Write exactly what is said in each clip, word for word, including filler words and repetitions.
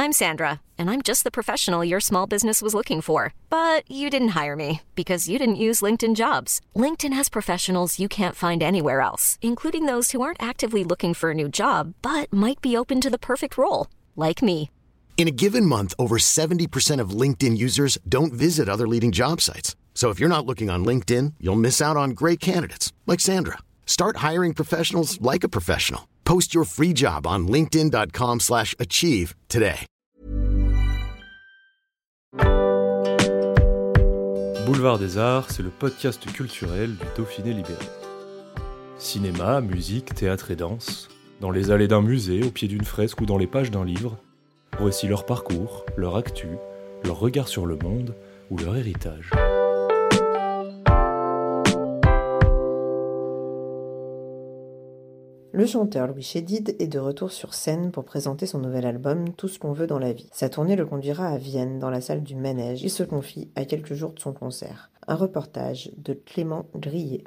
I'm Sandra, and I'm just the professional your small business was looking for. But you didn't hire me because you didn't use LinkedIn Jobs. LinkedIn has professionals you can't find anywhere else, including those who aren't actively looking for a new job, but might be open to the perfect role, like me. In a given month, over seventy percent of LinkedIn users don't visit other leading job sites. So if you're not looking on LinkedIn, you'll miss out on great candidates like Sandra. Start hiring professionals like a professional. Post your free job on linkedin.com slash achieve today. Boulevard des Arts, c'est le podcast culturel du Dauphiné libéré. Cinéma, musique, théâtre et danse, dans les allées d'un musée, au pied d'une fresque ou dans les pages d'un livre, voici leur parcours, leur actu, leur regard sur le monde ou leur héritage. Le chanteur Louis Chédid est de retour sur scène pour présenter son nouvel album Tout ce qu'on veut dans la vie. Sa tournée le conduira à Vienne, dans la salle du Manège. Il se confie à quelques jours de son concert. Un reportage de Clément Grillet.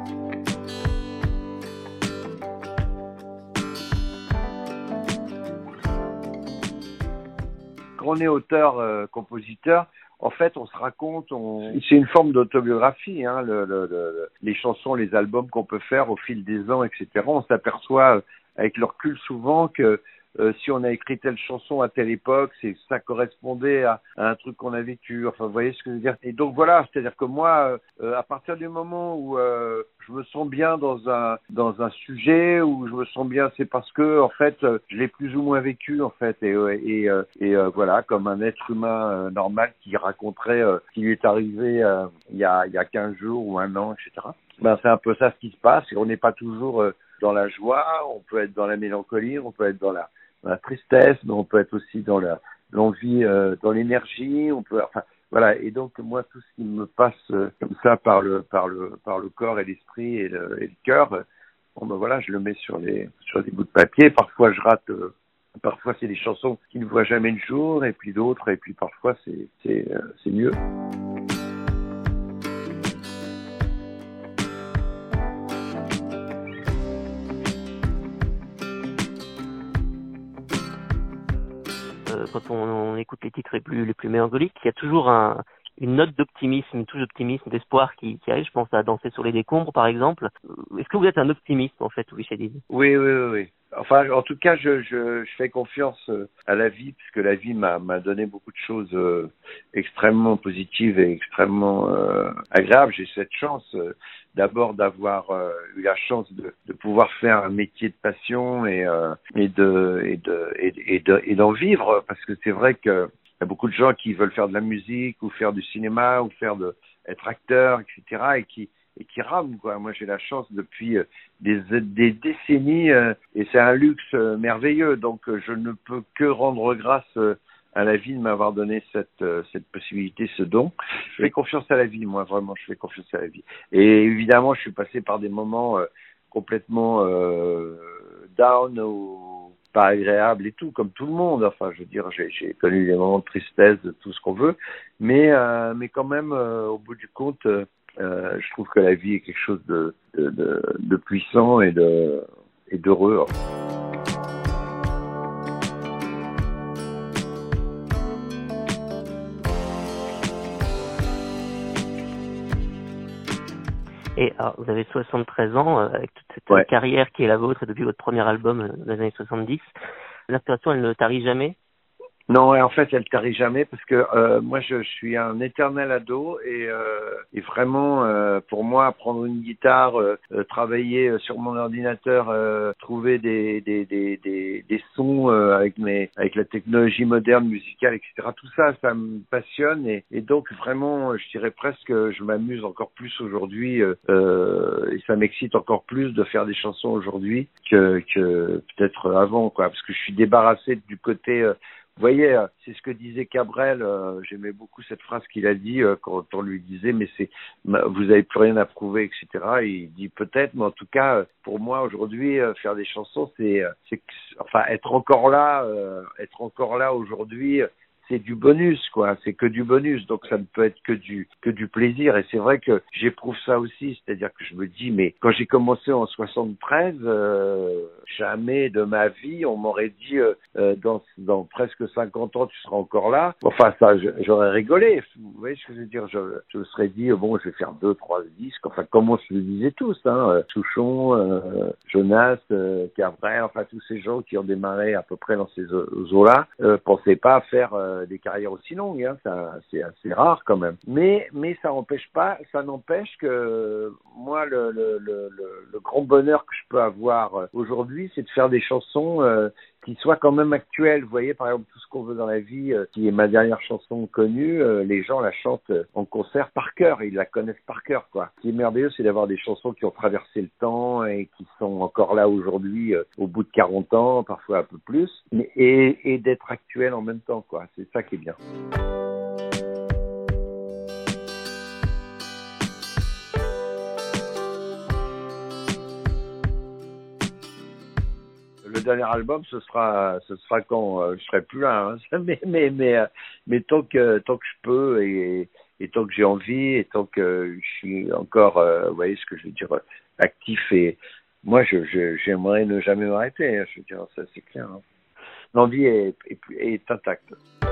Quand on est auteur, euh, compositeur, en fait, on se raconte, on... c'est une forme d'autobiographie, hein, le, le, le, les chansons, les albums qu'on peut faire au fil des ans, et cetera. On s'aperçoit, avec le recul souvent, que euh, si on a écrit telle chanson à telle époque, c'est ça correspondait à, à un truc qu'on a vécu. Enfin, vous voyez ce que je veux dire. Et donc voilà, c'est-à-dire que moi, euh, à partir du moment où euh, je me sens bien dans un dans un sujet, où je me sens bien, c'est parce que en fait, je l'ai plus ou moins vécu en fait. Et et et, et euh, voilà, comme un être humain euh, normal qui raconterait euh, ce qui lui est arrivé euh, il y a il y a quinze jours ou un an, et cetera. Ben c'est un peu ça ce qui se passe. Et on n'est pas toujours euh, dans la joie. On peut être dans la mélancolie, on peut être dans la dans la tristesse, mais on peut être aussi dans la l'envie, euh, dans l'énergie. On peut, enfin, voilà. Et donc moi, tout ce qui me passe euh, comme ça par le par le par le corps et l'esprit et le, et le cœur, euh, bon ben voilà, je le mets sur les sur des bouts de papier. Parfois, je rate. Euh, parfois, c'est des chansons qui ne voient jamais le jour, et puis d'autres, et puis parfois, c'est c'est euh, c'est mieux. Quand on, on écoute les titres les plus, les plus mélancoliques, il y a toujours un, une note d'optimisme, une touche d'optimisme, d'espoir qui, qui arrive. Je pense à Danser sur les décombres, par exemple. Est-ce que vous êtes un optimiste, en fait, Louis Chédid ? Oui, oui, oui, oui. Enfin, en tout cas, je, je, je fais confiance à la vie, puisque la vie m'a, m'a donné beaucoup de choses euh, extrêmement positives et extrêmement euh, agréables. J'ai cette chance, euh, d'abord, d'avoir euh, eu la chance de, de pouvoir faire un métier de passion et, euh, et, de, et, de, et, et, de, et d'en vivre, parce que c'est vrai que il y a beaucoup de gens qui veulent faire de la musique ou faire du cinéma ou faire de être acteur, et cetera, et qui et qui rament, quoi. Moi, j'ai la chance depuis des, des décennies, euh, et c'est un luxe euh, merveilleux. Donc, euh, je ne peux que rendre grâce euh, à la vie de m'avoir donné cette euh, cette possibilité, ce don. Je fais confiance à la vie, moi, vraiment, je fais confiance à la vie. Et évidemment, je suis passé par des moments euh, complètement euh, down ou pas agréables et tout, comme tout le monde. Enfin, je veux dire, j'ai, j'ai connu des moments de tristesse, de tout ce qu'on veut, mais euh, mais quand même, euh, au bout du compte, euh, Euh, je trouve que la vie est quelque chose de, de, de, de puissant et, de, et d'heureux. Et alors, vous avez soixante-treize ans, euh, avec toute cette ouais. carrière qui est la vôtre depuis votre premier album euh, dans les années soixante-dix. L'inspiration, elle ne tarit jamais ? Non, en fait, elle tarit jamais, parce que euh, moi, je, je suis un éternel ado, et, euh, et vraiment, euh, pour moi, prendre une guitare, euh, euh, travailler sur mon ordinateur, euh, trouver des des des des, des sons euh, avec mes avec la technologie moderne musicale, et cetera. Tout ça, ça me passionne, et, et donc vraiment, je dirais presque, je m'amuse encore plus aujourd'hui, euh, et ça m'excite encore plus de faire des chansons aujourd'hui que que peut-être avant, quoi, parce que je suis débarrassé du côté euh, vous voyez, c'est ce que disait Cabrel, euh, j'aimais beaucoup cette phrase qu'il a dit euh, quand on lui disait mais c'est vous avez plus rien à prouver, et cetera. Et il dit peut-être, mais en tout cas pour moi aujourd'hui euh, faire des chansons c'est c'est enfin être encore là, euh, être encore là aujourd'hui, c'est du bonus, quoi. C'est que du bonus, donc ça ne peut être que du que du plaisir. Et c'est vrai que j'éprouve ça aussi, c'est-à-dire que je me dis, mais quand j'ai commencé en soixante-treize, euh, jamais de ma vie on m'aurait dit euh, euh, dans dans presque cinquante ans tu seras encore là. Enfin ça, je, j'aurais rigolé. Vous voyez ce que je veux dire? Je, je me serais dit bon, je vais faire deux, trois disques. Enfin comme on se le disait tous, hein, Souchon, euh, Jonas, euh, Cabrel, enfin tous ces gens qui ont démarré à peu près dans ces eaux-là, euh, pensaient pas faire euh, des carrières aussi longues, hein, ça, c'est assez rare quand même. Mais mais ça n'empêche pas, ça n'empêche que moi le le, le le le grand bonheur que je peux avoir aujourd'hui, c'est de faire des chansons euh, qui soient quand même actuelles. Vous voyez, par exemple, Tout ce qu'on veut dans la vie, euh, qui est ma dernière chanson connue, euh, les gens la chantent en concert par cœur, ils la connaissent par cœur, quoi. Ce qui est merveilleux, c'est d'avoir des chansons qui ont traversé le temps et qui sont encore là aujourd'hui, euh, au bout de quarante ans, parfois un peu plus, mais, et, et d'être actuelles en même temps, quoi. C'est ça qui est bien. Le dernier album, ce sera, ce sera quand euh, je serai plus là. Hein. Mais, mais, mais, euh, mais tant que, tant que je peux et, et tant que j'ai envie et tant que je suis encore, euh, vous voyez ce que je veux dire, actif et moi, je, je, j'aimerais ne jamais m'arrêter. Hein. Je veux dire, ça c'est clair. Hein. L'envie est, est, est intacte.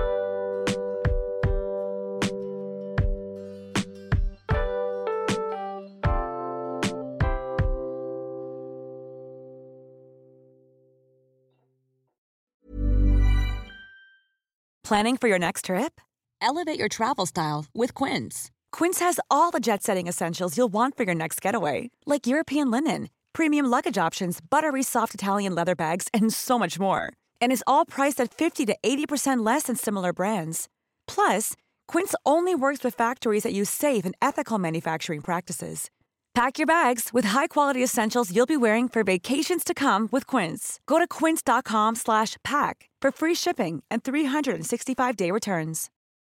Planning for your next trip? Elevate your travel style with Quince. Quince has all the jet-setting essentials you'll want for your next getaway, like European linen, premium luggage options, buttery soft Italian leather bags, and so much more. And is all priced at fifty to eighty percent less than similar brands. Plus, Quince only works with factories that use safe and ethical manufacturing practices. Pack your bags with high-quality essentials you'll be wearing for vacations to come with Quince. Go to quince.com slash pack for free shipping and three sixty-five day returns.